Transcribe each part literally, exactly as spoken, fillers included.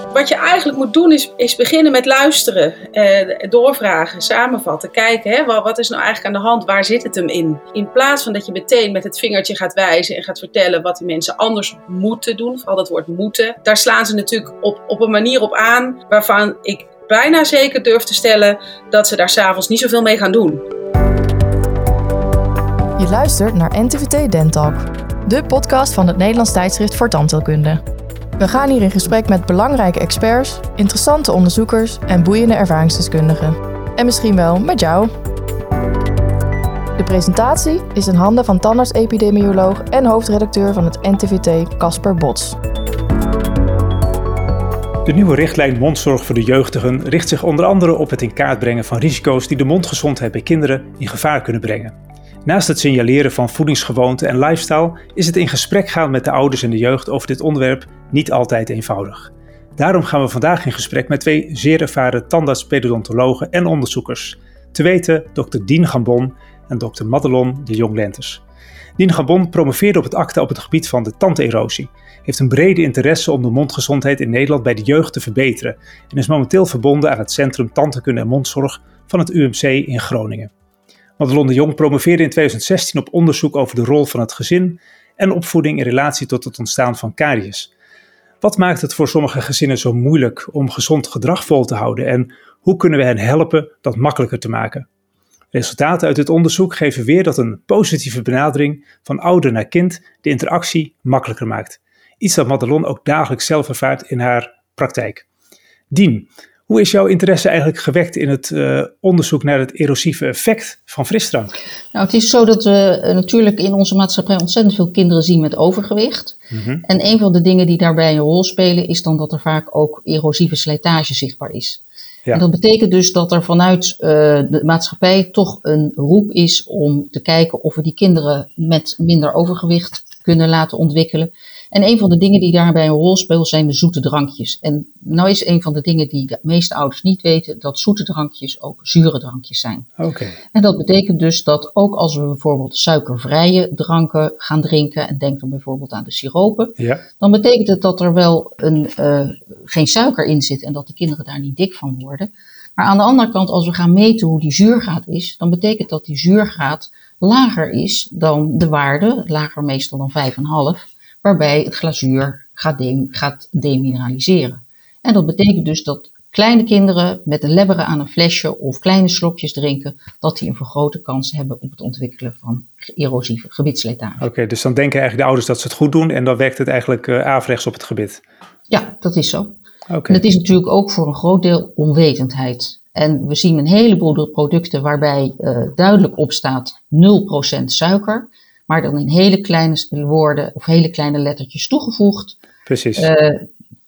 Wat je eigenlijk moet doen is, is beginnen met luisteren, eh, doorvragen, samenvatten, kijken hè, wat, wat is nou eigenlijk aan de hand, waar zit het hem in? In plaats van dat je meteen met het vingertje gaat wijzen en gaat vertellen wat die mensen anders moeten doen, vooral dat woord moeten. Daar slaan ze natuurlijk op, op een manier op aan waarvan ik bijna zeker durf te stellen dat ze daar 's avonds niet zoveel mee gaan doen. Je luistert naar N T V T Dentalk, de podcast van het Nederlands Tijdschrift voor Tandheelkunde. We gaan hier in gesprek met belangrijke experts, interessante onderzoekers en boeiende ervaringsdeskundigen. En misschien wel met jou. De presentatie is in handen van tandarts-epidemioloog en hoofdredacteur van het N T V T, Casper Bots. De nieuwe richtlijn mondzorg voor de jeugdigen richt zich onder andere op het in kaart brengen van risico's die de mondgezondheid bij kinderen in gevaar kunnen brengen. Naast het signaleren van voedingsgewoonten en lifestyle is het in gesprek gaan met de ouders en de jeugd over dit onderwerp niet altijd eenvoudig. Daarom gaan we vandaag in gesprek met twee zeer ervaren tandarts-pedodontologen en onderzoekers. Te weten dokter Dien Gambon en dokter Madelon de Jong-Lentes. Dien Gambon promoveerde op het ACTA op het gebied van de tanderosie, heeft een brede interesse om de mondgezondheid in Nederland bij de jeugd te verbeteren en is momenteel verbonden aan het Centrum Tandheelkunde en Mondzorg van het U M C in Groningen. Madelon de Jong promoveerde in twintig zestien op onderzoek over de rol van het gezin en opvoeding in relatie tot het ontstaan van karies. Wat maakt het voor sommige gezinnen zo moeilijk om gezond gedrag vol te houden en hoe kunnen we hen helpen dat makkelijker te maken? Resultaten uit dit onderzoek geven weer dat een positieve benadering van ouder naar kind de interactie makkelijker maakt. Iets dat Madelon ook dagelijks zelf ervaart in haar praktijk. Dien, hoe is jouw interesse eigenlijk gewekt in het uh, onderzoek naar het erosieve effect van frisdrank? Nou, het is zo dat we uh, natuurlijk in onze maatschappij ontzettend veel kinderen zien met overgewicht. Mm-hmm. En een van de dingen die daarbij een rol spelen is dan dat er vaak ook erosieve slijtage zichtbaar is. Ja. En dat betekent dus dat er vanuit uh, de maatschappij toch een roep is om te kijken of we die kinderen met minder overgewicht kunnen laten ontwikkelen. En een van de dingen die daarbij een rol spelen zijn de zoete drankjes. En nou is een van de dingen die de meeste ouders niet weten, dat zoete drankjes ook zure drankjes zijn. Okay. En dat betekent dus dat ook als we bijvoorbeeld suikervrije dranken gaan drinken, en denk dan bijvoorbeeld aan de siropen, ja. dan betekent het dat er wel een, uh, geen suiker in zit en dat de kinderen daar niet dik van worden. Maar aan de andere kant, als we gaan meten hoe die zuurgraad is, dan betekent dat die zuurgraad lager is dan de waarde, lager meestal dan vijf komma vijf, waarbij het glazuur gaat, de, gaat demineraliseren. En dat betekent dus dat kleine kinderen met een lebberen aan een flesje of kleine slokjes drinken, dat die een vergrote kans hebben op het ontwikkelen van erosieve gebitsslijtage. Oké, okay, dus dan denken eigenlijk de ouders dat ze het goed doen en dan werkt het eigenlijk uh, averechts op het gebit. Ja, dat is zo. Okay. En het is natuurlijk ook voor een groot deel onwetendheid. En we zien een heleboel producten waarbij uh, duidelijk op staat nul procent suiker, maar dan in hele kleine woorden of hele kleine lettertjes toegevoegd. Precies. Uh,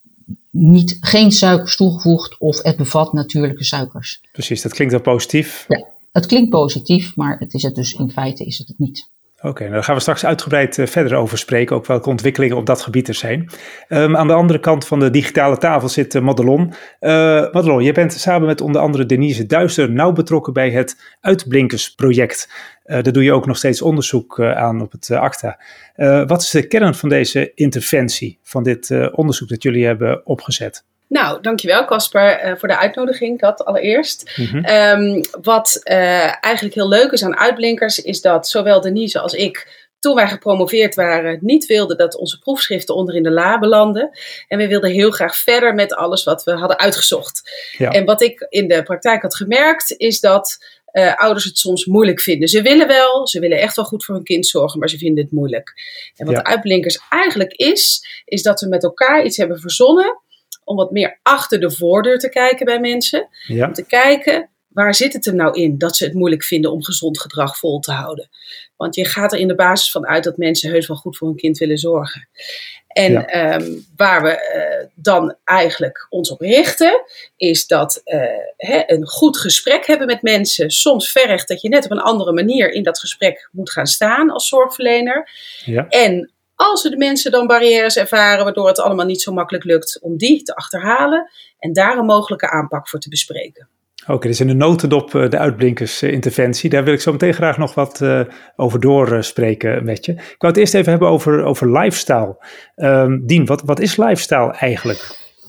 niet, geen suikers toegevoegd of het bevat natuurlijke suikers. Precies, dat klinkt wel positief. Ja, het klinkt positief, maar het is het dus in feite is het het niet. Oké, okay, nou daar gaan we straks uitgebreid uh, verder over spreken, ook welke ontwikkelingen op dat gebied er zijn. Um, aan de andere kant van de digitale tafel zit uh, Madelon. Uh, Madelon, je bent samen met onder andere Denise Duister nauw betrokken bij het Uitblinkersproject. Uh, daar doe je ook nog steeds onderzoek uh, aan op het uh, ACTA. Uh, wat is de kern van deze interventie, van dit uh, onderzoek dat jullie hebben opgezet? Nou, dankjewel Casper uh, voor de uitnodiging, dat allereerst. Mm-hmm. Um, wat uh, eigenlijk heel leuk is aan Uitblinkers is dat zowel Denise als ik, toen wij gepromoveerd waren, niet wilden dat onze proefschriften onder in de la belanden. En we wilden heel graag verder met alles wat we hadden uitgezocht. Ja. En wat ik in de praktijk had gemerkt is dat uh, ouders het soms moeilijk vinden. Ze willen wel, ze willen echt wel goed voor hun kind zorgen, maar ze vinden het moeilijk. En wat ja. Uitblinkers eigenlijk is, is dat we met elkaar iets hebben verzonnen om wat meer achter de voordeur te kijken bij mensen. Ja. Om te kijken, waar zit het er nou in dat ze het moeilijk vinden om gezond gedrag vol te houden? Want je gaat er in de basis van uit dat mensen heus wel goed voor hun kind willen zorgen. En ja. um, waar we uh, dan eigenlijk ons op richten, is dat uh, hè, een goed gesprek hebben met mensen soms vergt dat je net op een andere manier in dat gesprek moet gaan staan als zorgverlener. Ja. En als we de mensen dan barrières ervaren, waardoor het allemaal niet zo makkelijk lukt, om die te achterhalen en daar een mogelijke aanpak voor te bespreken. Oké, okay, dus in de notendop de uitblinkersinterventie. Daar wil ik zo meteen graag nog wat uh, over doorspreken uh, met je. Ik wou het eerst even hebben over, over lifestyle. Um, Dien, wat, wat is lifestyle eigenlijk?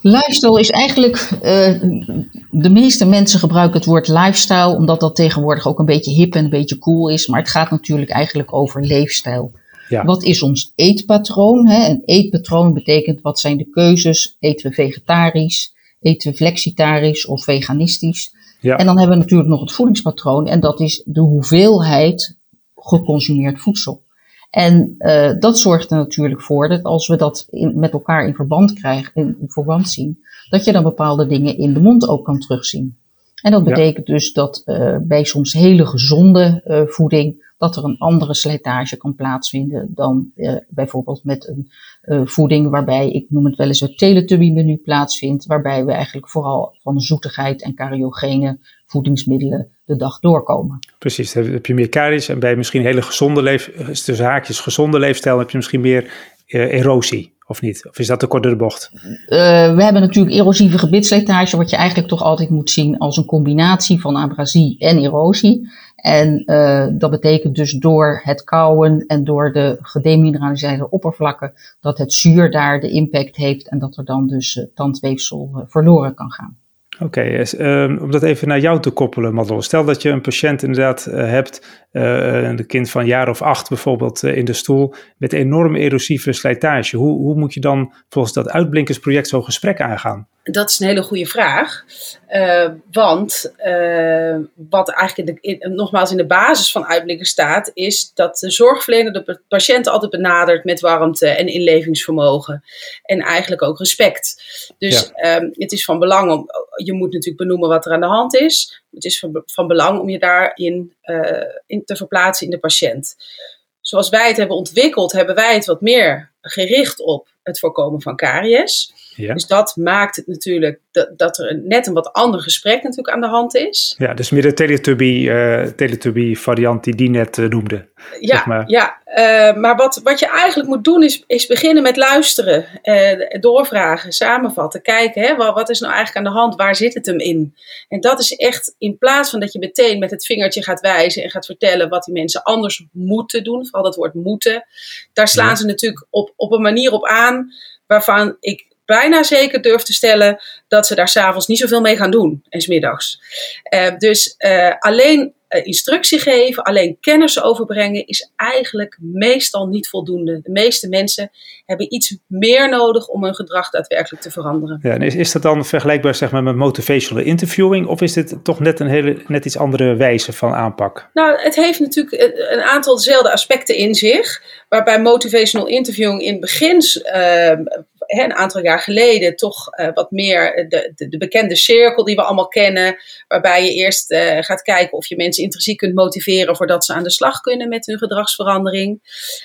Lifestyle is eigenlijk, uh, de meeste mensen gebruiken het woord lifestyle, omdat dat tegenwoordig ook een beetje hip en een beetje cool is. Maar het gaat natuurlijk eigenlijk over leefstijl. Ja. Wat is ons eetpatroon? Hè? Een eetpatroon betekent, wat zijn de keuzes? Eten we vegetarisch? Eten we flexitarisch of veganistisch? Ja. En dan hebben we natuurlijk nog het voedingspatroon. En dat is de hoeveelheid geconsumeerd voedsel. En uh, dat zorgt er natuurlijk voor dat als we dat in, met elkaar in verband krijgen, in verband zien, dat je dan bepaalde dingen in de mond ook kan terugzien. En dat betekent ja. dus dat uh, bij soms hele gezonde uh, voeding, dat er een andere slijtage kan plaatsvinden dan uh, bijvoorbeeld met een uh, voeding waarbij, ik noem het wel eens het Teletubby-menu plaatsvindt, waarbij we eigenlijk vooral van zoetigheid en cariogene voedingsmiddelen de dag doorkomen. Precies, dan heb je meer karies en bij misschien hele gezonde leef, tussen haakjes gezonde leefstijl heb je misschien meer uh, erosie, of niet? Of is dat te kort door de bocht? Uh, we hebben natuurlijk erosieve gebitsslijtage, wat je eigenlijk toch altijd moet zien als een combinatie van abrasie en erosie. En uh, dat betekent dus door het kauwen en door de gedemineraliseerde oppervlakken, dat het zuur daar de impact heeft en dat er dan dus uh, tandweefsel uh, verloren kan gaan. Oké, okay, um, om dat even naar jou te koppelen, Madelon. Stel dat je een patiënt inderdaad uh, hebt, uh, een kind van een jaar of acht bijvoorbeeld uh, in de stoel, met enorm erosieve slijtage. Hoe, hoe moet je dan volgens dat uitblinkersproject zo'n gesprek aangaan? Dat is een hele goede vraag. Uh, want uh, wat eigenlijk in de, in, nogmaals in de basis van uitblinkers staat, is dat de zorgverlener de patiënt altijd benadert met warmte en inlevingsvermogen. En eigenlijk ook respect. Dus ja. um, het is van belang om, je moet natuurlijk benoemen wat er aan de hand is. Het is van, van belang om je daarin uh, in te verplaatsen in de patiënt. Zoals wij het hebben ontwikkeld, hebben wij het wat meer gericht op het voorkomen van karies. Ja. Dus dat maakt het natuurlijk dat, dat er een, net een wat ander gesprek natuurlijk aan de hand is. Ja, dus meer de Teletubby, uh, Teletubby variant die die net uh, noemde. Ja, zeg maar. ja uh, maar wat, wat je eigenlijk moet doen is, is beginnen met luisteren, uh, doorvragen, samenvatten, kijken hè, wat, wat is nou eigenlijk aan de hand, waar zit het hem in? En dat is echt in plaats van dat je meteen met het vingertje gaat wijzen en gaat vertellen wat die mensen anders moeten doen, vooral dat woord moeten, daar slaan ja. ze natuurlijk op, op een manier op aan waarvan ik bijna zeker durf te stellen dat ze daar 's avonds niet zoveel mee gaan doen en 's middags. Uh, dus uh, alleen uh, instructie geven, alleen kennis overbrengen is eigenlijk meestal niet voldoende. De meeste mensen hebben iets meer nodig om hun gedrag daadwerkelijk te veranderen. Ja, en is, is dat dan vergelijkbaar zeg maar, met motivational interviewing of is dit toch net een hele, net iets andere wijze van aanpak? Nou, het heeft natuurlijk een aantal dezelfde aspecten in zich, waarbij motivational interviewing in het begin Uh, een aantal jaar geleden toch uh, wat meer de, de, de bekende cirkel die we allemaal kennen, waarbij je eerst uh, gaat kijken of je mensen intrinsiek kunt motiveren voordat ze aan de slag kunnen met hun gedragsverandering.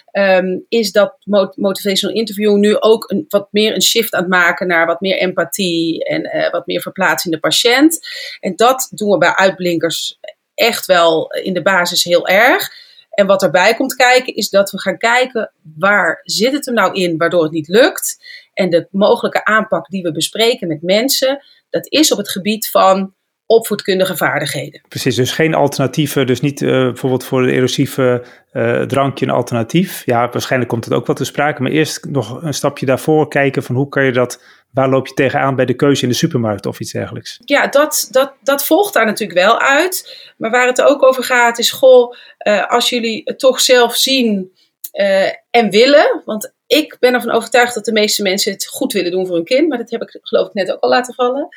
Um, is dat motivational interviewing nu ook een, wat meer een shift aan het maken naar wat meer empathie en uh, wat meer verplaatsing in de patiënt. En dat doen we bij uitblinkers echt wel in de basis heel erg. En wat erbij komt kijken is dat we gaan kijken waar zit het hem nou in waardoor het niet lukt. En de mogelijke aanpak die we bespreken met mensen, dat is op het gebied van opvoedkundige vaardigheden. Precies, dus geen alternatieven, dus niet uh, bijvoorbeeld voor de erosieve uh, drankje een alternatief. Ja, waarschijnlijk komt het ook wel te sprake, maar eerst nog een stapje daarvoor kijken van hoe kan je dat, waar loop je tegenaan bij de keuze in de supermarkt of iets dergelijks? Ja, dat, dat, dat volgt daar natuurlijk wel uit. Maar waar het ook over gaat is, goh, uh, als jullie het toch zelf zien uh, en willen, want ik ben ervan overtuigd dat de meeste mensen het goed willen doen voor hun kind. Maar dat heb ik geloof ik net ook al laten vallen.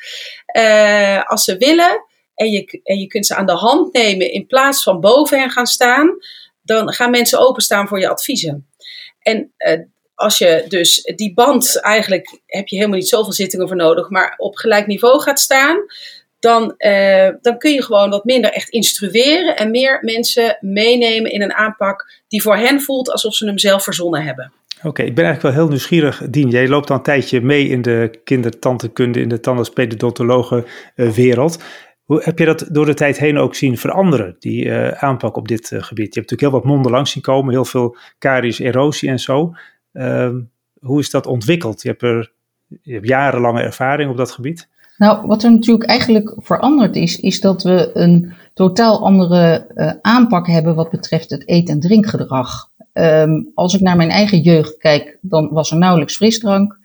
Uh, als ze willen en je, en je kunt ze aan de hand nemen in plaats van boven hen gaan staan, dan gaan mensen openstaan voor je adviezen. En uh, als je dus die band, eigenlijk heb je helemaal niet zoveel zittingen voor nodig, maar op gelijk niveau gaat staan, dan, uh, dan kun je gewoon wat minder echt instrueren en meer mensen meenemen in een aanpak die voor hen voelt alsof ze hem zelf verzonnen hebben. Oké, okay, ik ben eigenlijk wel heel nieuwsgierig, Dien. Jij loopt al een tijdje mee in de kindertandheelkunde, in de tandarts-pedodontologen uh, wereld. Hoe heb je dat door de tijd heen ook zien veranderen, die uh, aanpak op dit uh, gebied? Je hebt natuurlijk heel wat monden langs zien komen, heel veel karies, erosie en zo. Uh, hoe is dat ontwikkeld? Je hebt, er, je hebt jarenlange ervaring op dat gebied. Nou, wat er natuurlijk eigenlijk veranderd is, is dat we een totaal andere uh, aanpak hebben wat betreft het eet- en drinkgedrag. Um, als ik naar mijn eigen jeugd kijk, dan was er nauwelijks frisdrank.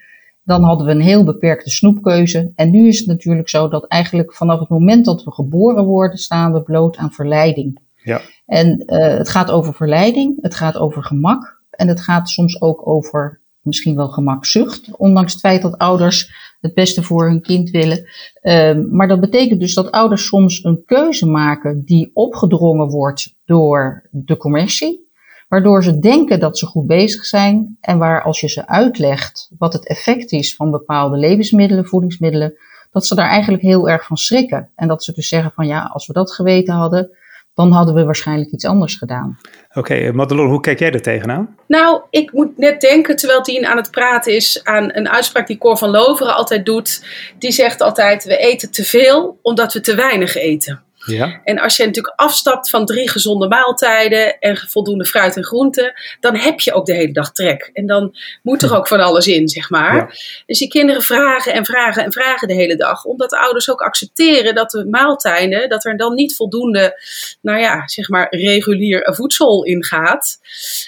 Dan hadden we een heel beperkte snoepkeuze. En nu is het natuurlijk zo dat eigenlijk vanaf het moment dat we geboren worden, staan we bloot aan verleiding. Ja. En uh, het gaat over verleiding, het gaat over gemak en het gaat soms ook over misschien wel gemakzucht, ondanks het feit dat ouders het beste voor hun kind willen. Uh, maar dat betekent dus dat ouders soms een keuze maken die opgedrongen wordt door de commercie, waardoor ze denken dat ze goed bezig zijn en waar als je ze uitlegt wat het effect is van bepaalde levensmiddelen, voedingsmiddelen, dat ze daar eigenlijk heel erg van schrikken. En dat ze dus zeggen van ja, als we dat geweten hadden, dan hadden we waarschijnlijk iets anders gedaan. Oké, okay, Madelon, hoe kijk jij er tegenaan? Nou, ik moet net denken, terwijl Dien aan het praten is, aan een uitspraak die Cor van Loveren altijd doet. Die zegt altijd, we eten te veel omdat we te weinig eten. Ja. En als je natuurlijk afstapt van drie gezonde maaltijden en voldoende fruit en groenten, dan heb je ook de hele dag trek. En dan moet er ook van alles in, zeg maar. Ja. Dus die kinderen vragen en vragen en vragen de hele dag. Omdat ouders ook accepteren dat de maaltijden, dat er dan niet voldoende, nou ja, zeg maar regulier voedsel in gaat.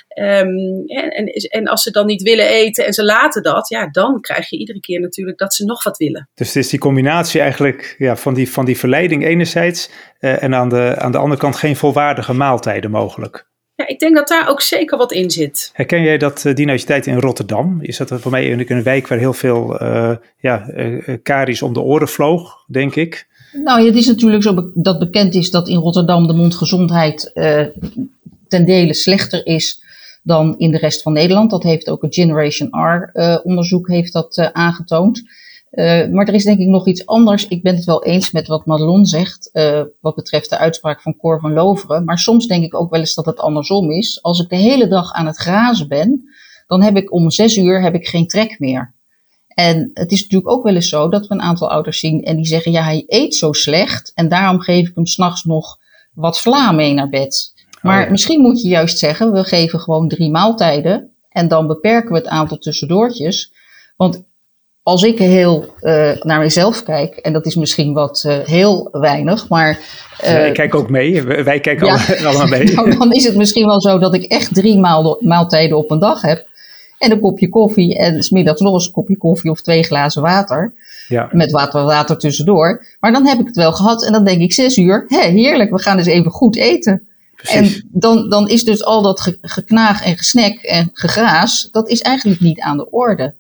Um, en, en, en als ze dan niet willen eten en ze laten dat, ja, dan krijg je iedere keer natuurlijk dat ze nog wat willen. Dus het is die combinatie eigenlijk ja, van, die, van die verleiding enerzijds uh, en aan de, aan de andere kant geen volwaardige maaltijden mogelijk. Ja, ik denk dat daar ook zeker wat in zit. Herken jij dat, uh, Dien, uit je tijd in Rotterdam? Is dat voor mij een, een wijk waar heel veel uh, ja, uh, karies om de oren vloog, denk ik? Nou, het is natuurlijk zo be- dat bekend is dat in Rotterdam de mondgezondheid uh, ten dele slechter is dan in de rest van Nederland. Dat heeft ook het Generation R uh, onderzoek heeft dat uh, aangetoond. Uh, maar er is denk ik nog iets anders. Ik ben het wel eens met wat Madelon zegt, uh, wat betreft de uitspraak van Cor van Loveren. Maar soms denk ik ook wel eens dat het andersom is. Als ik de hele dag aan het grazen ben, dan heb ik om zes uur heb ik geen trek meer. En het is natuurlijk ook wel eens zo dat we een aantal ouders zien en die zeggen, ja, hij eet zo slecht en daarom geef ik hem 's nachts nog wat vla mee naar bed. Maar oh ja. Misschien moet je juist zeggen, we geven gewoon drie maaltijden en dan beperken we het aantal tussendoortjes. Want als ik heel uh, naar mezelf kijk, en dat is misschien wat uh, heel weinig, maar... Uh, ja, ik kijk ook mee, wij kijken ja, allemaal, allemaal mee. Nou, dan is het misschien wel zo dat ik echt drie maal, maaltijden op een dag heb. En een kopje koffie en 's middags nog eens een kopje koffie of twee glazen water. Ja. Met water, water tussendoor. Maar dan heb ik het wel gehad en dan denk ik zes uur, hé, heerlijk, we gaan eens even goed eten. Precies. En dan, dan is dus al dat ge, geknaag en gesnek en gegraas, dat is eigenlijk niet aan de orde.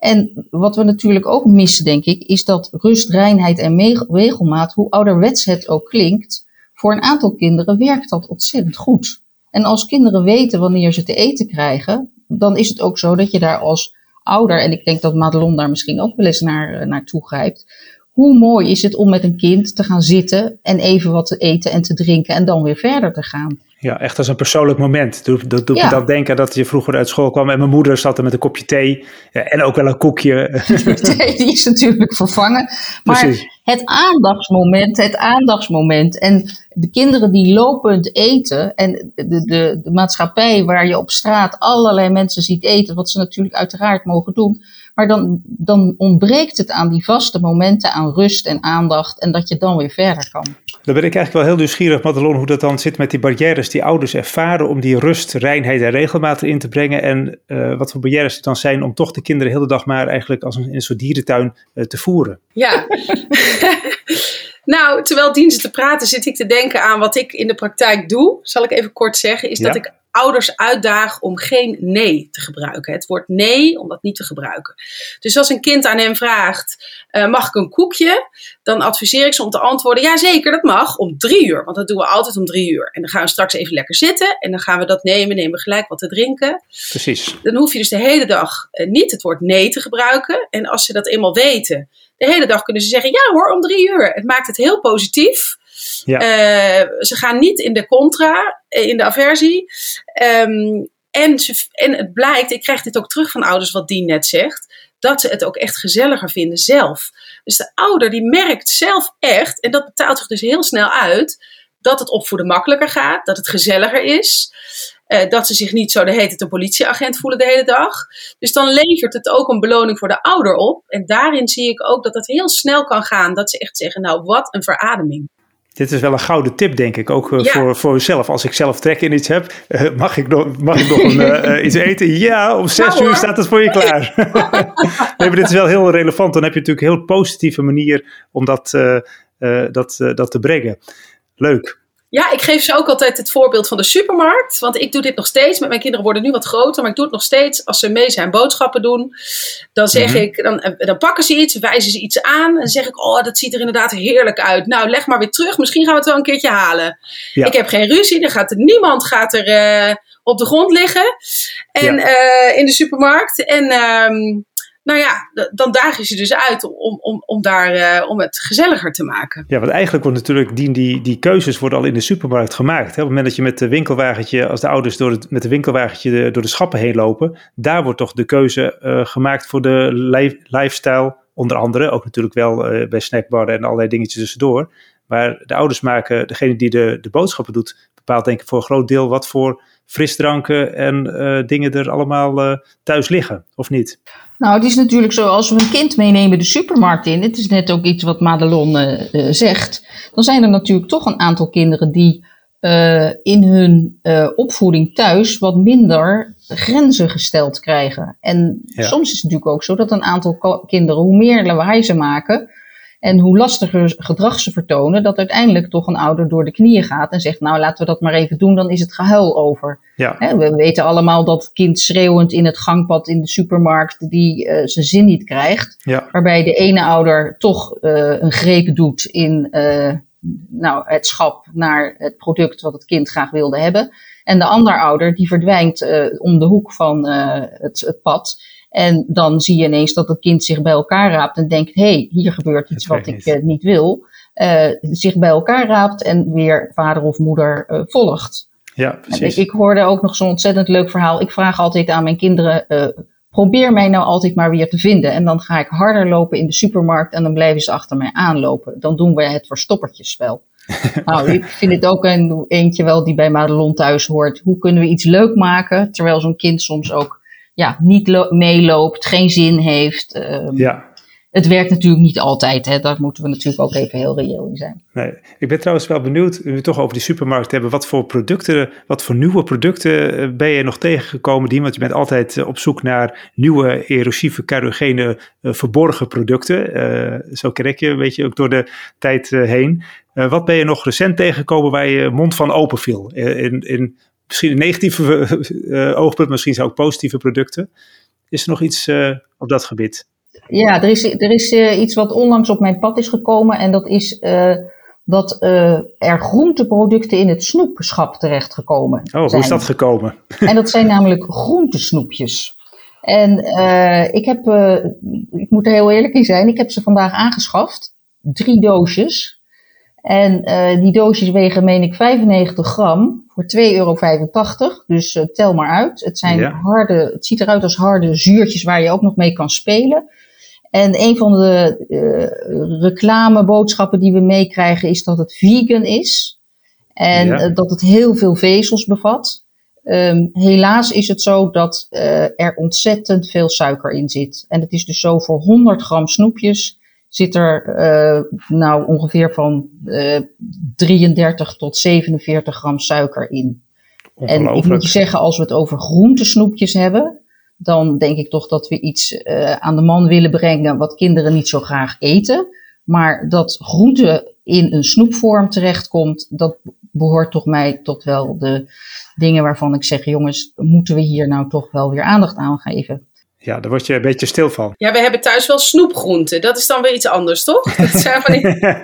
En wat we natuurlijk ook missen, denk ik, is dat rust, reinheid en me- regelmaat, hoe ouderwets het ook klinkt, voor een aantal kinderen werkt dat ontzettend goed. En als kinderen weten wanneer ze te eten krijgen, dan is het ook zo dat je daar als ouder, en ik denk dat Madelon daar misschien ook wel eens naar, naartoe grijpt, hoe mooi is het om met een kind te gaan zitten en even wat te eten en te drinken en dan weer verder te gaan. Ja, echt als een persoonlijk moment. Dat doet me ja. dan denken dat je vroeger uit school kwam en mijn moeder zat er met een kopje thee ja, en ook wel een koekje. De thee die is natuurlijk vervangen. Maar Precies. het aandachtsmoment, het aandachtsmoment en de kinderen die lopend eten en de, de, de maatschappij waar je op straat allerlei mensen ziet eten, wat ze natuurlijk uiteraard mogen doen. Maar dan, dan ontbreekt het aan die vaste momenten, aan rust en aandacht en dat je dan weer verder kan. Dan ben ik eigenlijk wel heel nieuwsgierig, Madelon, hoe dat dan zit met die barrières die ouders ervaren om die rust, reinheid en regelmaat erin te brengen. En uh, wat voor barrières er dan zijn om toch de kinderen de hele dag maar eigenlijk als een, in een soort dierentuin uh, te voeren. Ja, nou, terwijl Dien zit te praten zit ik te denken aan wat ik in de praktijk doe. Zal ik even kort zeggen, is ja. dat ik ouders uitdaag om geen nee te gebruiken. Het woord nee, om dat niet te gebruiken. Dus als een kind aan hem vraagt, uh, mag ik een koekje? Dan adviseer ik ze om te antwoorden, ja zeker, dat mag, om drie uur. Want dat doen we altijd om drie uur. En dan gaan we straks even lekker zitten en dan gaan we dat nemen, nemen we gelijk wat te drinken. Precies. Dan hoef je dus de hele dag uh, niet het woord nee te gebruiken. En als ze dat eenmaal weten, de hele dag kunnen ze zeggen, ja hoor, om drie uur. Het maakt het heel positief. Ja. Uh, ze gaan niet in de contra, in de aversie. Um, en, ze, en het blijkt, ik krijg dit ook terug van ouders wat Dien net zegt, dat ze het ook echt gezelliger vinden zelf. Dus de ouder die merkt zelf echt, en dat betaalt zich dus heel snel uit, dat het opvoeden makkelijker gaat, dat het gezelliger is. Uh, dat ze zich niet zo de hele tijd een politieagent voelen de hele dag. Dus dan levert het ook een beloning voor de ouder op. En daarin zie ik ook dat het heel snel kan gaan. Dat ze echt zeggen, nou wat een verademing. Dit is wel een gouden tip, denk ik, ook uh, ja. voor, voor uzelf. Als ik zelf trek in iets heb, uh, mag ik nog, mag ik nog een, uh, iets eten? Ja, om zes nou, uur staat het voor je klaar. Nee, maar dit is wel heel relevant. Dan heb je natuurlijk een heel positieve manier om dat, uh, uh, dat, uh, dat te brengen. Leuk. Ja, ik geef ze ook altijd het voorbeeld van de supermarkt. Want ik doe dit nog steeds. Met mijn kinderen worden nu wat groter. Maar ik doe het nog steeds als ze mee zijn boodschappen doen. Dan zeg mm-hmm. ik, dan, dan pakken ze iets, wijzen ze iets aan. En dan zeg ik, oh, dat ziet er inderdaad heerlijk uit. Nou, leg maar weer terug. Misschien gaan we het wel een keertje halen. Ja. Ik heb geen ruzie. Er gaat er, niemand gaat er uh, op de grond liggen. En ja. uh, in de supermarkt. En... Um, Nou ja, dan daag je ze dus uit om, om, om, daar, uh, om het gezelliger te maken. Ja, want eigenlijk wordt natuurlijk die, die, die keuzes worden al in de supermarkt gemaakt. Hè? Op het moment dat je met de winkelwagentje, als de ouders door het, met de winkelwagentje de, door de schappen heen lopen, daar wordt toch de keuze uh, gemaakt voor de li- lifestyle, onder andere. Ook natuurlijk wel uh, bij snackbarren en allerlei dingetjes tussendoor. Maar de ouders maken, degene die de, de boodschappen doet, bepaalt denk ik voor een groot deel wat voor frisdranken en uh, dingen er allemaal uh, thuis liggen, of niet? Nou, het is natuurlijk zo, als we een kind meenemen de supermarkt in, het is net ook iets wat Madelon uh, uh, zegt, dan zijn er natuurlijk toch een aantal kinderen die uh, in hun uh, opvoeding thuis wat minder grenzen gesteld krijgen. En ja. soms is het natuurlijk ook zo dat een aantal ko- kinderen, hoe meer lawaai ze maken en hoe lastiger gedrag ze vertonen, dat uiteindelijk toch een ouder door de knieën gaat en zegt, nou laten we dat maar even doen, dan is het gehuil over. Ja. He, we weten allemaal dat het kind schreeuwend in het gangpad in de supermarkt die uh, zijn zin niet krijgt. Ja. Waarbij de ene ouder toch uh, een greep doet in uh, nou, het schap naar het product wat het kind graag wilde hebben. En de andere ouder die verdwijnt uh, om de hoek van uh, het, het pad. En dan zie je ineens dat het kind zich bij elkaar raapt en denkt, hé, hey, hier gebeurt iets wat ik uh, niet wil. Uh, zich bij elkaar raapt en weer vader of moeder uh, volgt. Ja, precies. Ik, ik hoorde ook nog zo'n ontzettend leuk verhaal. Ik vraag altijd aan mijn kinderen, uh, probeer mij nou altijd maar weer te vinden. En dan ga ik harder lopen in de supermarkt en dan blijven ze achter mij aanlopen. Dan doen we het verstoppertjesspel. Nou, ik vind het ook een eentje wel die bij Madelon thuis hoort. Hoe kunnen we iets leuk maken, terwijl zo'n kind soms ook ja, niet lo- meeloopt, geen zin heeft. Um, ja. Het werkt natuurlijk niet altijd, hè. Daar moeten we natuurlijk ook even heel reëel in zijn. Nee. Ik ben trouwens wel benieuwd, nu we het toch over die supermarkt hebben, wat voor producten, wat voor nieuwe producten ben je nog tegengekomen, die? Want je bent altijd op zoek naar nieuwe erosieve, carcinogene, uh, verborgen producten. Uh, zo ken ik je een beetje ook door de tijd uh, heen. Uh, wat ben je nog recent tegengekomen waar je mond van open viel? Uh, in, in misschien een negatieve uh, oogpunt, misschien ook positieve producten. Is er nog iets uh, op dat gebied? Ja, er is, er is uh, iets wat onlangs op mijn pad is gekomen. En dat is uh, dat uh, er groenteproducten in het snoepschap terechtgekomen Oh, hoe zijn. Is dat gekomen? En dat zijn namelijk groentesnoepjes. En uh, ik heb, uh, ik moet er heel eerlijk in zijn, ik heb ze vandaag aangeschaft. Drie doosjes. En uh, die doosjes wegen, meen ik, vijfennegentig gram voor twee euro vijfentachtig. Dus uh, tel maar uit. Het zijn ja. harde, het ziet eruit als harde zuurtjes waar je ook nog mee kan spelen. En een van de uh, reclameboodschappen die we meekrijgen is dat het vegan is. En ja. uh, dat het heel veel vezels bevat. Um, helaas is het zo dat uh, er ontzettend veel suiker in zit. En het is dus zo, voor honderd gram snoepjes zit er uh, nou ongeveer van uh, drieëndertig tot zevenenveertig gram suiker in. En ik moet je zeggen, als we het over groentesnoepjes hebben, dan denk ik toch dat we iets uh, aan de man willen brengen wat kinderen niet zo graag eten. Maar dat groente in een snoepvorm terechtkomt, dat behoort toch mij tot wel de dingen waarvan ik zeg, jongens, moeten we hier nou toch wel weer aandacht aan geven. Ja, daar word je een beetje stil van. Ja, we hebben thuis wel snoepgroenten. Dat is dan weer iets anders, toch? Dat zijn van die...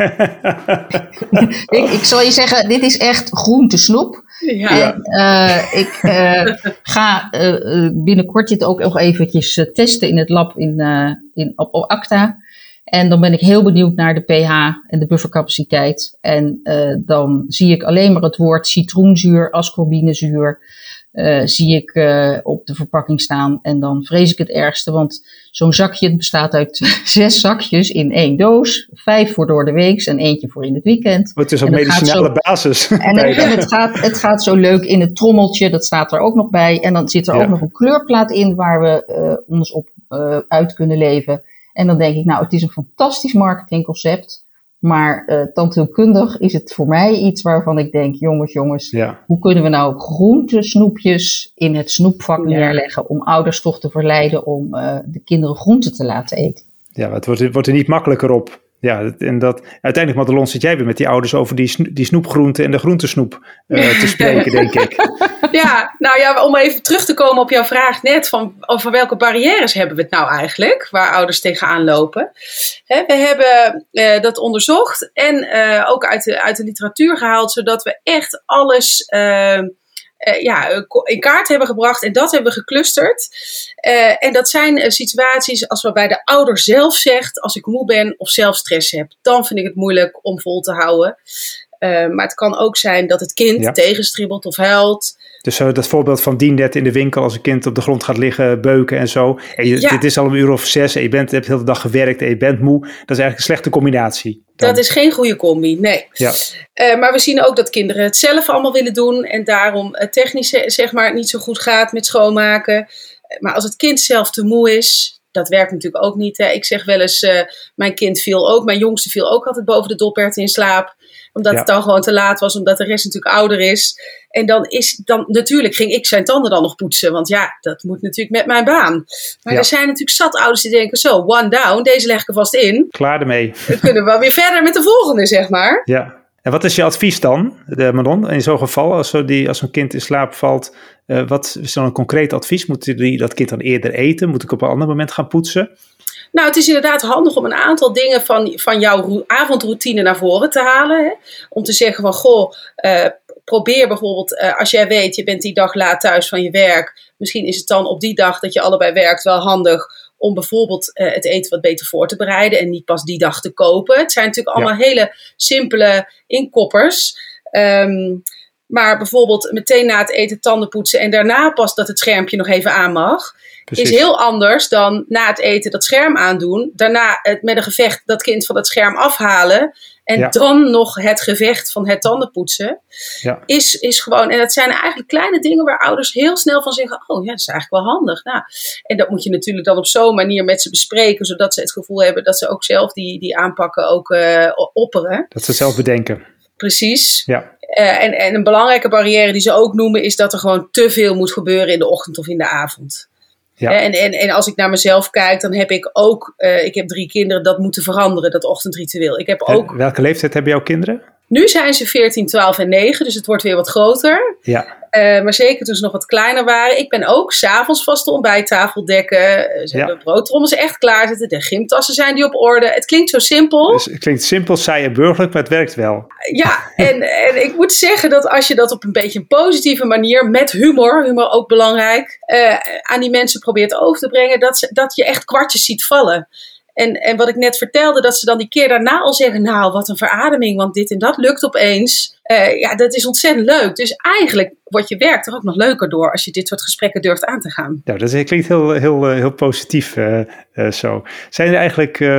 ik, ik zal je zeggen, dit is echt groentesnoep. Ja. En uh, ik uh, ga uh, binnenkort dit ook nog eventjes uh, testen in het lab in, uh, in, op, op Acta. En dan ben ik heel benieuwd naar de pH en de buffercapaciteit. En uh, dan zie ik alleen maar het woord citroenzuur, ascorbinezuur, uh, zie ik uh, op de verpakking staan. En dan vrees ik het ergste, want zo'n zakje het bestaat uit zes zakjes in één doos. Vijf voor door de week en eentje voor in het weekend. Het is op medicinale zo, basis. En het gaat, het gaat zo leuk in het trommeltje, dat staat er ook nog bij. En dan zit er ja. ook nog een kleurplaat in waar we uh, ons op uh, uit kunnen leven. En dan denk ik, nou, het is een fantastisch marketingconcept. Maar uh, tandheelkundig is het voor mij iets waarvan ik denk, jongens, jongens, ja. hoe kunnen we nou groentesnoepjes in het snoepvak ja. neerleggen om ouders toch te verleiden om uh, de kinderen groenten te laten eten? Ja, het wordt, het wordt er niet makkelijker op. Ja, en dat uiteindelijk, Madelon, zit jij weer met die ouders over die, sno- die snoepgroenten en de groentesnoep uh, te spreken, denk ik. Ja, nou ja, om even terug te komen op jouw vraag net, van over welke barrières hebben we het nou eigenlijk, waar ouders tegenaan lopen. He, we hebben uh, dat onderzocht en uh, ook uit de, uit de literatuur gehaald, zodat we echt alles uh, uh, ja, in kaart hebben gebracht en dat hebben we geclusterd. Uh, en dat zijn uh, situaties als waarbij de ouder zelf zegt, als ik moe ben of zelf stress heb, dan vind ik het moeilijk om vol te houden. Uh, maar het kan ook zijn dat het kind ja. tegenstribbelt of huilt. Dus uh, dat voorbeeld van Dien net in de winkel, als een kind op de grond gaat liggen, beuken en zo. En je, ja. Dit is al een uur of zes en je bent, hebt de hele dag gewerkt en je bent moe. Dat is eigenlijk een slechte combinatie. Dan. Dat is geen goede combi, nee. Ja. Uh, maar we zien ook dat kinderen het zelf allemaal willen doen en daarom uh, technisch zeg maar niet zo goed gaat met schoonmaken. Uh, maar als het kind zelf te moe is, dat werkt natuurlijk ook niet. Hè. Ik zeg wel eens, uh, mijn kind viel ook, mijn jongste viel ook altijd boven de doperwt in slaap. Omdat ja. het dan gewoon te laat was, omdat de rest natuurlijk ouder is. En dan is, dan natuurlijk ging ik zijn tanden dan nog poetsen. Want ja, dat moet natuurlijk met mijn baan. Maar ja. er zijn natuurlijk zat ouders die denken, zo, one down, deze leg ik er vast in. Klaar ermee. Dan kunnen we wel weer verder met de volgende, zeg maar. Ja. En wat is je advies dan, Manon, in zo'n geval, als, zo die, als zo'n kind in slaap valt, uh, wat is dan een concreet advies? Moet die dat kind dan eerder eten? Moet ik op een ander moment gaan poetsen? Nou, het is inderdaad handig om een aantal dingen van, van jouw avondroutine naar voren te halen. Hè? Om te zeggen van, goh, uh, probeer bijvoorbeeld, uh, als jij weet, je bent die dag laat thuis van je werk. Misschien is het dan op die dag dat je allebei werkt wel handig om bijvoorbeeld uh, het eten wat beter voor te bereiden en niet pas die dag te kopen. Het zijn natuurlijk allemaal ja. hele simpele inkoppers. Um, maar bijvoorbeeld meteen na het eten tanden poetsen en daarna pas dat het schermpje nog even aan mag. Precies. Is heel anders dan na het eten dat scherm aandoen. Daarna het met een gevecht dat kind van het scherm afhalen. En ja. dan nog het gevecht van het tandenpoetsen. Ja. Is, is gewoon, en dat zijn eigenlijk kleine dingen waar ouders heel snel van zeggen. Oh ja, dat is eigenlijk wel handig. Nou, en dat moet je natuurlijk dan op zo'n manier met ze bespreken. Zodat ze het gevoel hebben dat ze ook zelf die, die aanpakken ook uh, opperen. Dat ze zelf bedenken. Precies. Ja. Uh, en, en een belangrijke barrière die ze ook noemen is dat er gewoon te veel moet gebeuren in de ochtend of in de avond. Ja. En, en, en als ik naar mezelf kijk, dan heb ik ook, uh, ik heb drie kinderen, dat moeten veranderen, dat ochtendritueel. Ik heb ook, en welke leeftijd hebben jouw kinderen? Nu zijn ze veertien, twaalf en negen, dus het wordt weer wat groter. Ja. Uh, maar zeker toen ze nog wat kleiner waren. Ik ben ook 's avonds vast de ontbijttafel dekken. Ze ja. hebben broodtrommels echt klaarzetten. De gymtassen zijn die op orde. Het klinkt zo simpel. Dus het klinkt simpel, saai en burgerlijk, maar het werkt wel. Ja, en, en ik moet zeggen dat als je dat op een beetje een positieve manier, met humor, humor ook belangrijk, uh, aan die mensen probeert over te brengen, dat, ze, dat je echt kwartjes ziet vallen. En, en wat ik net vertelde, dat ze dan die keer daarna al zeggen, nou wat een verademing, want dit en dat lukt opeens. Uh, ja, dat is ontzettend leuk. Dus eigenlijk wordt je werk er ook nog leuker door als je dit soort gesprekken durft aan te gaan. Nou, dat klinkt heel, heel, heel positief uh, uh, zo. Zijn er eigenlijk uh,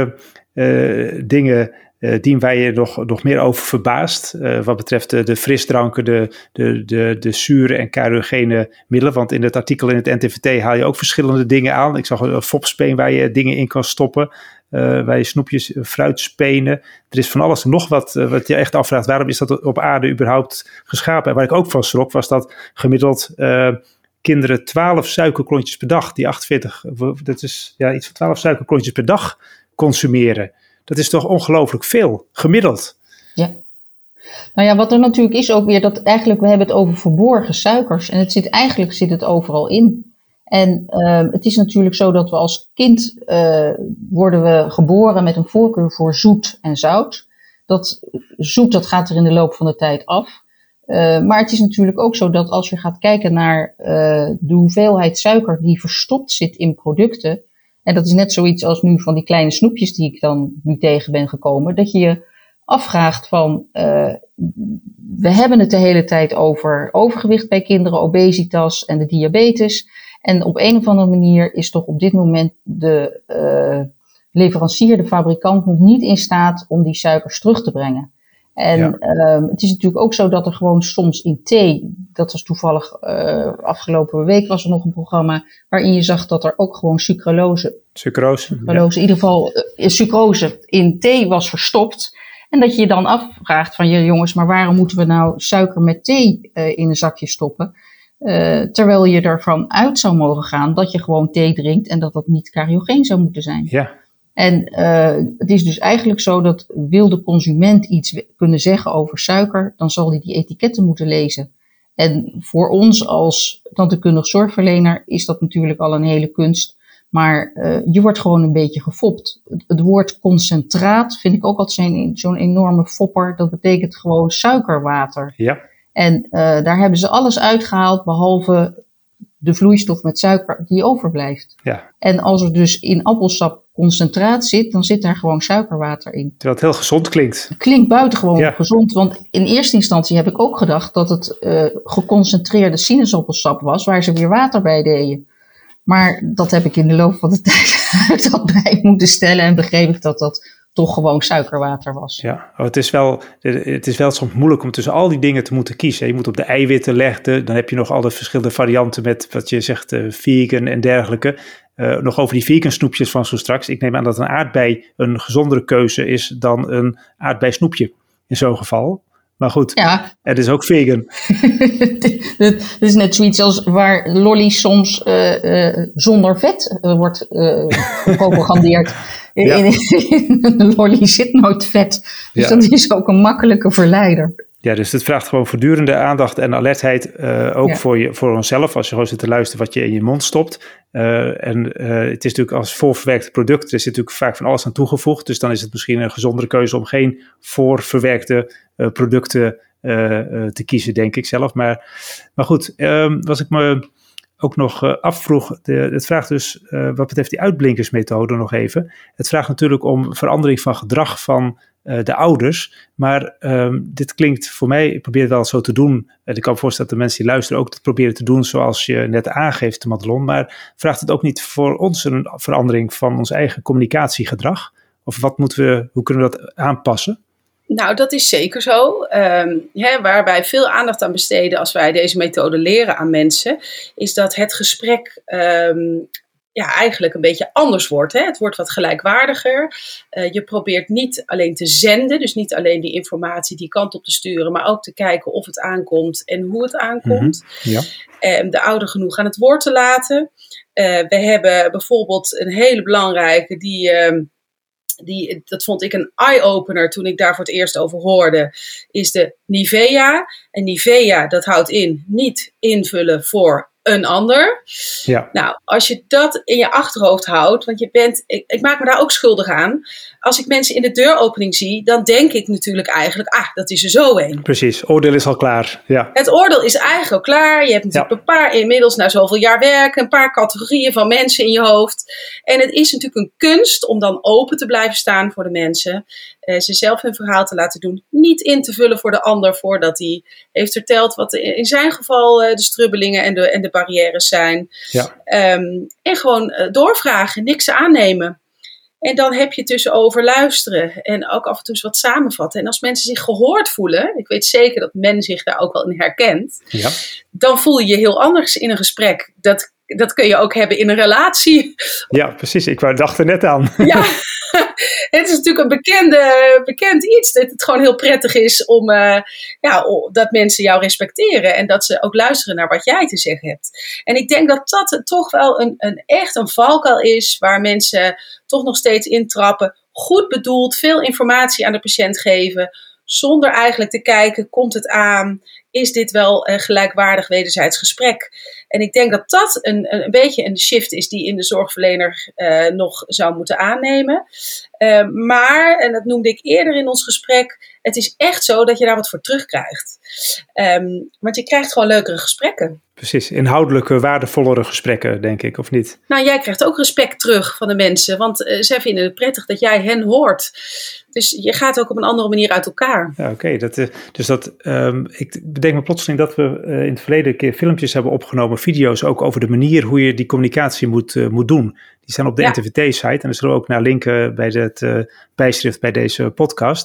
uh, dingen uh, die waar je nog, nog meer over verbaast? Uh, wat betreft de, de frisdranken, de, de, de, de zure en carcinogene middelen. Want in het artikel in het N T V T haal je ook verschillende dingen aan. Ik zag een fopspeen waar je dingen in kan stoppen. Uh, waar je snoepjes, uh, fruitspenen. Er is van alles en nog wat, uh, wat je echt afvraagt. Waarom is dat op aarde überhaupt geschapen? En waar ik ook van schrok was dat gemiddeld uh, kinderen twaalf suikerklontjes per dag. Die achtenveertig, dat is ja, iets van twaalf suikerklontjes per dag consumeren. Dat is toch ongelooflijk veel, gemiddeld. Ja. Nou ja, wat er natuurlijk is ook weer, dat eigenlijk, we hebben het over verborgen suikers. En het zit, eigenlijk zit het overal in. En uh, het is natuurlijk zo dat we als kind uh, worden we geboren met een voorkeur voor zoet en zout. Dat zoet, dat gaat er in de loop van de tijd af. Uh, maar het is natuurlijk ook zo dat als je gaat kijken naar uh, de hoeveelheid suiker die verstopt zit in producten. En dat is net zoiets als nu van die kleine snoepjes die ik dan nu tegen ben gekomen. Dat je je afvraagt van, uh, we hebben het de hele tijd over overgewicht bij kinderen, obesitas en de diabetes. En op een of andere manier is toch op dit moment de uh, leverancier, de fabrikant, nog niet in staat om die suikers terug te brengen. En ja. uh, het is natuurlijk ook zo dat er gewoon soms in thee, dat was toevallig uh, afgelopen week was er nog een programma waarin je zag dat er ook gewoon sucralose, sucrose, sucralose ja. in ieder geval uh, sucrose in thee was verstopt. En dat je je dan afvraagt van, ja jongens, maar waarom moeten we nou suiker met thee uh, in een zakje stoppen? Uh, terwijl je ervan uit zou mogen gaan dat je gewoon thee drinkt en dat dat niet cariogeen zou moeten zijn. Ja. En uh, het is dus eigenlijk zo dat wil de consument iets kunnen zeggen over suiker, dan zal hij die etiketten moeten lezen. En voor ons als tandheelkundig zorgverlener is dat natuurlijk al een hele kunst. Maar uh, je wordt gewoon een beetje gefopt. Het, het woord concentraat vind ik ook altijd zo'n, zo'n enorme fopper. Dat betekent gewoon suikerwater. Ja. En uh, daar hebben ze alles uitgehaald behalve de vloeistof met suiker die overblijft. Ja. En als er dus in appelsap concentraat zit, dan zit daar gewoon suikerwater in. Terwijl het heel gezond klinkt. Het klinkt buitengewoon ja. gezond, want in eerste instantie heb ik ook gedacht dat het uh, geconcentreerde sinaasappelsap was, waar ze weer water bij deden. Maar dat heb ik in de loop van de tijd uit dat bij moeten stellen en begreep ik dat dat toch gewoon suikerwater was. Ja, oh, het is wel, het is wel soms moeilijk om tussen al die dingen te moeten kiezen. Je moet op de eiwitten leggen, dan heb je nog al de verschillende varianten met wat je zegt, uh, vegan en dergelijke. Uh, nog over die vegan snoepjes van zo straks. Ik neem aan dat een aardbei een gezondere keuze is dan een aardbeisnoepje in zo'n geval. Maar goed, ja. Het is ook vegan. Het is net zoiets als waar lolly soms uh, uh, zonder vet uh, wordt uh, gepropagandeerd. Ja. In, in een lolly zit nooit vet. Dus ja. Dat is ook een makkelijke verleider. Ja, dus het vraagt gewoon voortdurende aandacht en alertheid. Uh, ook ja. voor, je, voor onszelf, als je gewoon zit te luisteren wat je in je mond stopt. Uh, en uh, het is natuurlijk als voorverwerkt product, er zit natuurlijk vaak van alles aan toegevoegd. Dus dan is het misschien een gezondere keuze om geen voorverwerkte uh, producten uh, uh, te kiezen, denk ik zelf. Maar, maar goed, um, was ik me ook nog uh, afvroeg, de, het vraagt dus, uh, wat betreft die uitblinkersmethode nog even. Het vraagt natuurlijk om verandering van gedrag van uh, de ouders. Maar um, dit klinkt voor mij, ik probeer het wel zo te doen. En ik kan me voorstellen dat de mensen die luisteren ook dat proberen te doen zoals je net aangeeft, Madelon. Maar vraagt het ook niet voor ons een verandering van ons eigen communicatiegedrag? Of wat moeten we, hoe kunnen we dat aanpassen? Nou, dat is zeker zo. Um, hè, waar wij veel aandacht aan besteden als wij deze methode leren aan mensen, is dat het gesprek um, ja, eigenlijk een beetje anders wordt. Hè? Het wordt wat gelijkwaardiger. Uh, je probeert niet alleen te zenden, dus niet alleen die informatie die kant op te sturen, maar ook te kijken of het aankomt en hoe het aankomt. Mm-hmm. Ja. Um, de ouder genoeg aan het woord te laten. Uh, we hebben bijvoorbeeld een hele belangrijke die... Um, Die, dat vond ik een eye-opener toen ik daar voor het eerst over hoorde, is de Nivea. En Nivea, dat houdt in niet invullen voor een ander. Ja. Nou, als je dat in je achterhoofd houdt, want je bent, ik, ik maak me daar ook schuldig aan. Als ik mensen in de deuropening zie, dan denk ik natuurlijk eigenlijk, ah, dat is er zo een. Precies, oordeel is al klaar. Ja. Het oordeel is eigenlijk al klaar. Je hebt natuurlijk ja. een paar, inmiddels na zoveel jaar werken, een paar categorieën van mensen in je hoofd. En het is natuurlijk een kunst om dan open te blijven staan voor de mensen. Uh, ze zelf hun verhaal te laten doen. Niet in te vullen voor de ander voordat hij heeft verteld wat in zijn geval uh, de strubbelingen en de, en de barrières zijn. Ja. Um, en gewoon uh, doorvragen, niks aannemen. En dan heb je tussen over luisteren en ook af en toe eens wat samenvatten. En als mensen zich gehoord voelen, ik weet zeker dat men zich daar ook wel in herkent, ja. dan voel je je heel anders in een gesprek. Dat, dat kun je ook hebben in een relatie. Ja, precies. Ik dacht er net aan. Ja, het is natuurlijk een bekende, bekend iets. Dat het gewoon heel prettig is om, uh, ja, dat mensen jou respecteren. En dat ze ook luisteren naar wat jij te zeggen hebt. En ik denk dat dat toch wel een, een, echt een valkuil is waar mensen toch nog steeds intrappen. Goed bedoeld, veel informatie aan de patiënt geven. Zonder eigenlijk te kijken, komt het aan? Is dit wel een gelijkwaardig wederzijds gesprek? En ik denk dat dat een, een beetje een shift is die in de zorgverlener uh, nog zou moeten aannemen. Uh, maar, en dat noemde ik eerder in ons gesprek, het is echt zo dat je daar wat voor terugkrijgt. Um, want je krijgt gewoon leukere gesprekken. Precies, inhoudelijke, waardevollere gesprekken, denk ik, of niet? Nou, jij krijgt ook respect terug van de mensen, want uh, zij vinden het prettig dat jij hen hoort. Dus je gaat ook op een andere manier uit elkaar. Ja, oké. Okay. Dat, dus dat, um, ik bedenk me plotseling dat we uh, in het verleden een keer filmpjes hebben opgenomen, video's ook over de manier hoe je die communicatie moet, uh, moet doen. Die staan op de ja. N T V T-site en daar zullen we ook naar linken bij het uh, bijschrift bij deze podcast.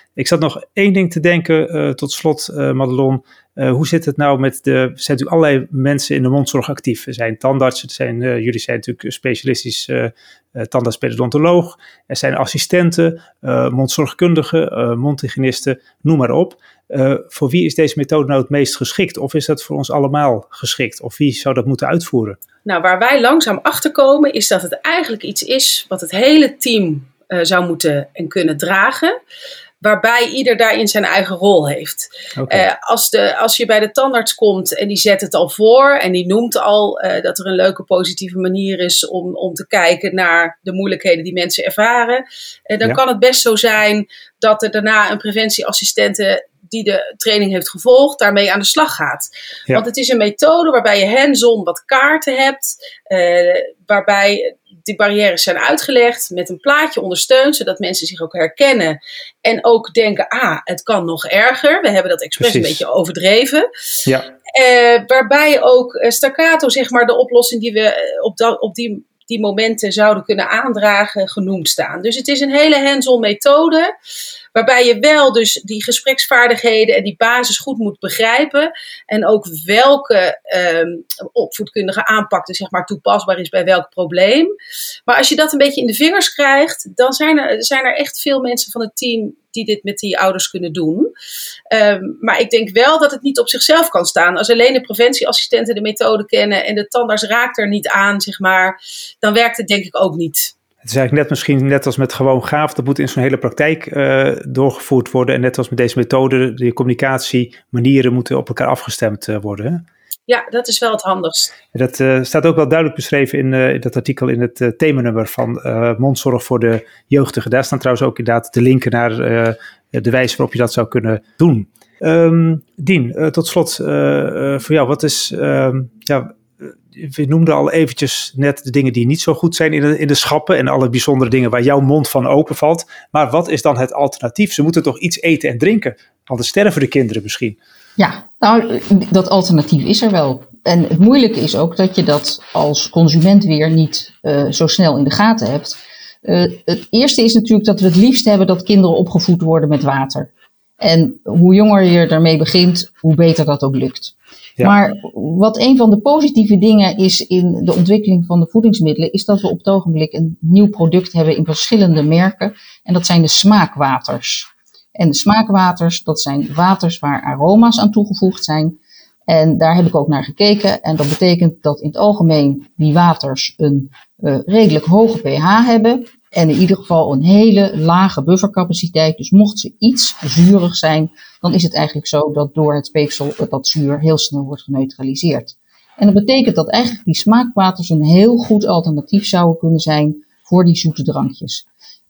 Ik zat nog één ding te denken, uh, tot slot, uh, Madelon. Uh, hoe zit het nou met de... Er zijn natuurlijk allerlei mensen in de mondzorg actief. Er zijn tandartsen, er zijn, uh, jullie zijn natuurlijk specialistisch uh, uh, tandarts-pedodontoloog. Er zijn assistenten, uh, mondzorgkundigen, uh, mondhygiënisten, noem maar op. Uh, voor wie is deze methode nou het meest geschikt? Of is dat voor ons allemaal geschikt? Of wie zou dat moeten uitvoeren? Nou, waar wij langzaam achter komen is dat het eigenlijk iets is wat het hele team uh, zou moeten en kunnen dragen. Waarbij ieder daarin zijn eigen rol heeft. Okay. Uh, als, de, als je bij de tandarts komt en die zet het al voor en die noemt al uh, dat er een leuke positieve manier is om, om te kijken naar de moeilijkheden die mensen ervaren. Uh, dan ja. kan het best zo zijn dat er daarna een preventieassistente die de training heeft gevolgd, daarmee aan de slag gaat. Ja. Want het is een methode waarbij je hands-on wat kaarten hebt, uh, waarbij die barrières zijn uitgelegd, met een plaatje ondersteund, zodat mensen zich ook herkennen en ook denken, ah, het kan nog erger. We hebben dat expres Precies. een beetje overdreven. Ja. Uh, waarbij ook uh, staccato, zeg maar, de oplossing die we op, da- op die, die momenten zouden kunnen aandragen, genoemd staan. Dus het is een hele hands-on methode, waarbij je wel dus die gespreksvaardigheden en die basis goed moet begrijpen. En ook welke um, opvoedkundige aanpak dus zeg maar toepasbaar is bij welk probleem. Maar als je dat een beetje in de vingers krijgt, dan zijn er, zijn er echt veel mensen van het team die dit met die ouders kunnen doen. Um, maar ik denk wel dat het niet op zichzelf kan staan. Als alleen de preventieassistenten de methode kennen en de tandarts raakt er niet aan, zeg maar, dan werkt het denk ik ook niet. Het is eigenlijk net misschien net als met gewoon gaaf, dat moet in zo'n hele praktijk uh, doorgevoerd worden. En net als met deze methode, de communicatiemanieren moeten op elkaar afgestemd uh, worden. Hè? Ja, dat is wel het handigst. Dat uh, staat ook wel duidelijk beschreven in, uh, in dat artikel in het uh, themanummer van uh, mondzorg voor de jeugdigen. Daar staan trouwens ook inderdaad de linken naar uh, de wijze waarop je dat zou kunnen doen. Um, Dien, uh, tot slot uh, uh, voor jou, wat is... Uh, ja, we noemden al eventjes net de dingen die niet zo goed zijn in de, in de schappen en alle bijzondere dingen waar jouw mond van open valt. Maar wat is dan het alternatief? Ze moeten toch iets eten en drinken? Anders sterven de kinderen misschien. Ja, nou, dat alternatief is er wel. En het moeilijke is ook dat je dat als consument weer niet uh, zo snel in de gaten hebt. Uh, het eerste is natuurlijk dat we het liefst hebben dat kinderen opgevoed worden met water. En hoe jonger je ermee begint, hoe beter dat ook lukt. Ja. Maar wat een van de positieve dingen is in de ontwikkeling van de voedingsmiddelen, is dat we op het ogenblik een nieuw product hebben in verschillende merken. En dat zijn de smaakwaters. En de smaakwaters, dat zijn waters waar aroma's aan toegevoegd zijn. En daar heb ik ook naar gekeken. En dat betekent dat in het algemeen die waters een uh, redelijk hoge pH hebben. En in ieder geval een hele lage buffercapaciteit. Dus mocht ze iets zuurig zijn, dan is het eigenlijk zo dat door het speeksel dat zuur heel snel wordt geneutraliseerd. En dat betekent dat eigenlijk die smaakwaters een heel goed alternatief zouden kunnen zijn voor die zoete drankjes.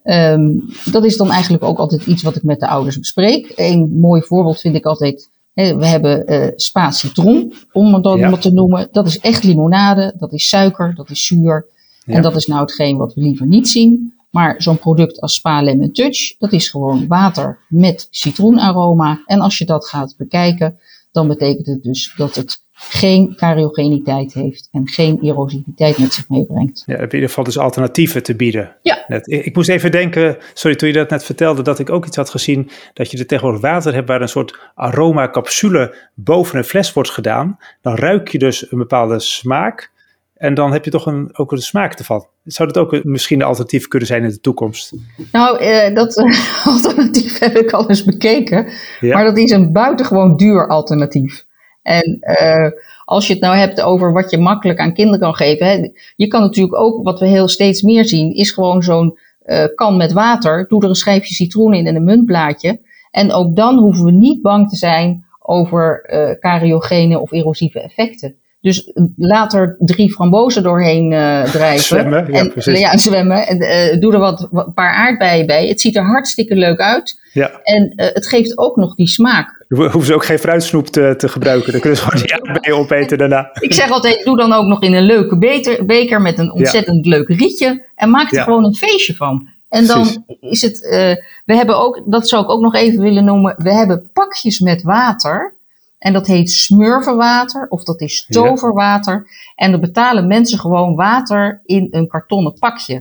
Um, dat is dan eigenlijk ook altijd iets wat ik met de ouders bespreek. Een mooi voorbeeld vind ik altijd, hè, we hebben uh, spa citroen, om het ja. te noemen. Dat is echt limonade, dat is suiker, dat is zuur. Ja. En dat is nou hetgeen wat we liever niet zien. Maar zo'n product als Spa Lemon Touch, dat is gewoon water met citroenaroma. En als je dat gaat bekijken, dan betekent het dus dat het geen cariogeniteit heeft en geen erosiviteit met zich meebrengt. Ja, in ieder geval dus alternatieven te bieden. Ja. Net. Ik, ik moest even denken, sorry, toen je dat net vertelde, dat ik ook iets had gezien, dat je er tegenwoordig water hebt waar een soort aromacapsule boven een fles wordt gedaan. Dan ruik je dus een bepaalde smaak. En dan heb je toch een, ook een smaak ervan. Zou dat ook een, misschien een alternatief kunnen zijn in de toekomst? Nou, uh, dat uh, alternatief heb ik al eens bekeken. Ja. Maar dat is een buitengewoon duur alternatief. En uh, als je het nou hebt over wat je makkelijk aan kinderen kan geven. Hè, je kan natuurlijk ook, wat we heel steeds meer zien, is gewoon zo'n uh, kan met water. Doe er een schijfje citroen in en een muntblaadje. En ook dan hoeven we niet bang te zijn over uh, cariogene of erosieve effecten. Dus laat er drie frambozen doorheen uh, drijven. Zwemmen, ja, en, precies. Ja, zwemmen. En, uh, doe er wat, wat een paar aardbeien bij. Het ziet er hartstikke leuk uit. Ja. En uh, het geeft ook nog die smaak. Je hoeft ze ook geen fruitsnoep te, te gebruiken. Dan kunnen ze gewoon die aardbeien opeten daarna. Ik zeg altijd, doe dan ook nog in een leuke beter, beker met een ontzettend ja. leuk rietje. En maak er ja. gewoon een feestje van. En dan Precies. is het, uh, we hebben ook, dat zou ik ook nog even willen noemen. We hebben pakjes met water. En dat heet smurvenwater of dat is toverwater. Ja. En dan betalen mensen gewoon water in een kartonnen pakje.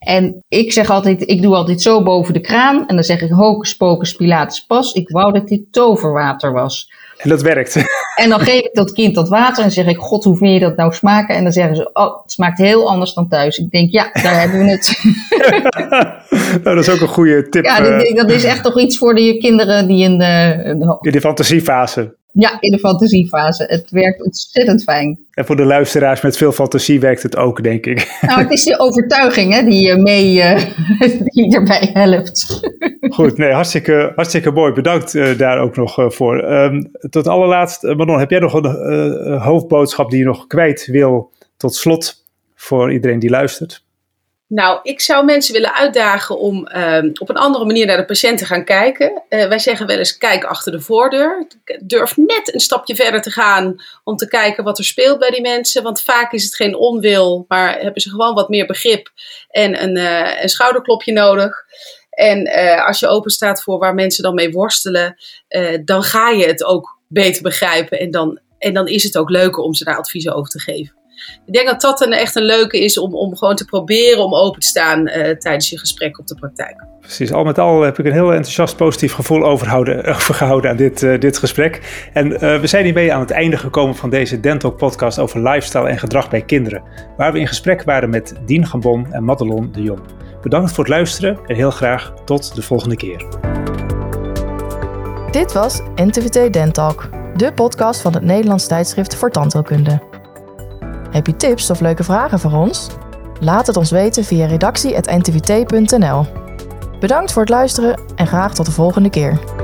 En ik zeg altijd, ik doe altijd zo boven de kraan. En dan zeg ik hocus pocus pilatus pas. Ik wou dat dit toverwater was. En dat werkt. En dan geef ik dat kind dat water en zeg ik, god, hoe vind je dat nou smaken? En dan zeggen ze, oh, het smaakt heel anders dan thuis. Ik denk, ja, daar hebben we het. Nou, dat is ook een goede tip. Ja, ik denk, dat is echt toch iets voor de kinderen die in de... In de fantasiefase. Ja, in de fantasiefase. Het werkt ontzettend fijn. En voor de luisteraars met veel fantasie werkt het ook, denk ik. Nou, het is de overtuiging hè, die, mee, uh, die erbij helpt. Goed, nee, hartstikke, hartstikke mooi. Bedankt uh, daar ook nog uh, voor. Um, tot allerlaatst, uh, Manon, heb jij nog een uh, hoofdboodschap die je nog kwijt wil tot slot voor iedereen die luistert? Nou, ik zou mensen willen uitdagen om uh, op een andere manier naar de patiënt te gaan kijken. Uh, wij zeggen wel eens, kijk achter de voordeur. Durf net een stapje verder te gaan om te kijken wat er speelt bij die mensen. Want vaak is het geen onwil, maar hebben ze gewoon wat meer begrip en een, uh, een schouderklopje nodig. En uh, als je open staat voor waar mensen dan mee worstelen, uh, dan ga je het ook beter begrijpen. En dan, en dan is het ook leuker om ze daar adviezen over te geven. Ik denk dat dat een, echt een leuke is om, om gewoon te proberen om open te staan uh, tijdens je gesprek op de praktijk. Precies, al met al heb ik een heel enthousiast positief gevoel overhouden, overgehouden aan dit, uh, dit gesprek. En uh, we zijn hiermee aan het einde gekomen van deze Dentalk podcast over lifestyle en gedrag bij kinderen. Waar we in gesprek waren met Dien Gambon en Madelon de Jong. Bedankt voor het luisteren en heel graag tot de volgende keer. Dit was N T V T Dentalk, de podcast van het Nederlands tijdschrift voor tandheelkunde. Heb je tips of leuke vragen voor ons? Laat het ons weten via redactie apenstaartje n t v t punt n l. Bedankt voor het luisteren en graag tot de volgende keer.